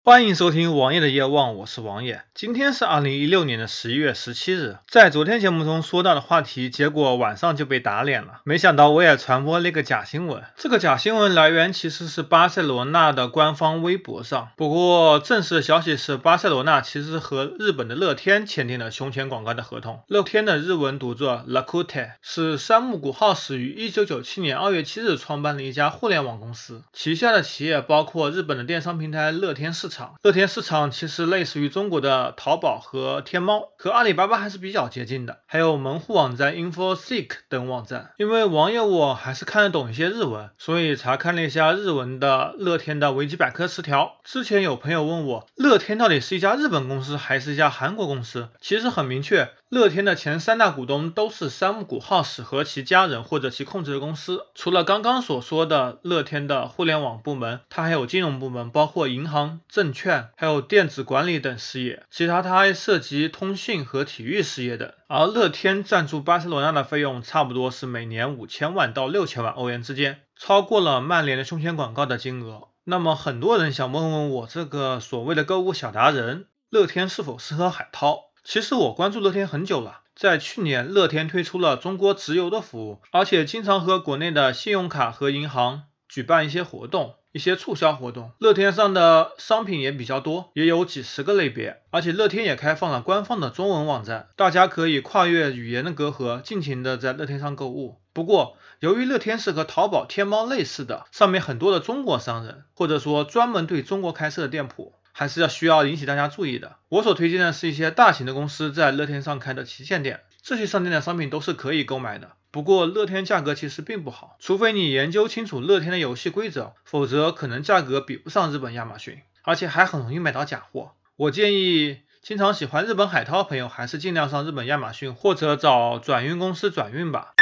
欢迎收听王爷的夜望，我是王爷。今天是2016年的11月17日，在昨天节目中说到的话题，结果晚上就被打脸了。没想到我也传播了一个假新闻，这个假新闻来源其实是巴塞罗那的官方微博上。不过正式的消息是，巴塞罗那其实和日本的乐天签订了胸前广告的合同。乐天的日文读作 Rakuten， 是山木谷浩史于1997年2月7日创办的一家互联网公司，旗下的企业包括日本的电商平台乐天市场。乐天市场其实类似于中国的淘宝和天猫，和阿里巴巴还是比较接近的，还有门户网站 InfoSeek 等网站。因为王爷我还是看得懂一些日文，所以查看了一下日文的乐天的维基百科词条。之前有朋友问我，乐天到底是一家日本公司还是一家韩国公司？其实很明确，乐天的前3大股东都是山木谷浩史和其家人或者其控制的公司。除了刚刚所说的乐天的互联网部门，它还有金融部门，包括银行、证券还有电子管理等事业，其他它还涉及通信和体育事业等。而乐天赞助巴塞罗那的费用差不多是每年5000万到6000万欧元之间，超过了曼联的胸前广告的金额。那么很多人想问问我这个所谓的购物小达人，乐天是否适合海淘？其实我关注乐天很久了，在去年乐天推出了中国直邮的服务，而且经常和国内的信用卡和银行举办一些活动，一些促销活动。乐天上的商品也比较多，也有几十个类别，而且乐天也开放了官方的中文网站，大家可以跨越语言的隔阂，尽情的在乐天上购物。不过由于乐天是和淘宝、天猫类似的，上面很多的中国商人，或者说专门对中国开设的店铺，还是需要引起大家注意的。我所推荐的是一些大型的公司在乐天上开的旗舰店，这些商店的商品都是可以购买的。不过乐天价格其实并不好，除非你研究清楚乐天的游戏规则，否则可能价格比不上日本亚马逊，而且还很容易买到假货。我建议经常喜欢日本海淘的朋友还是尽量上日本亚马逊或者找转运公司转运吧。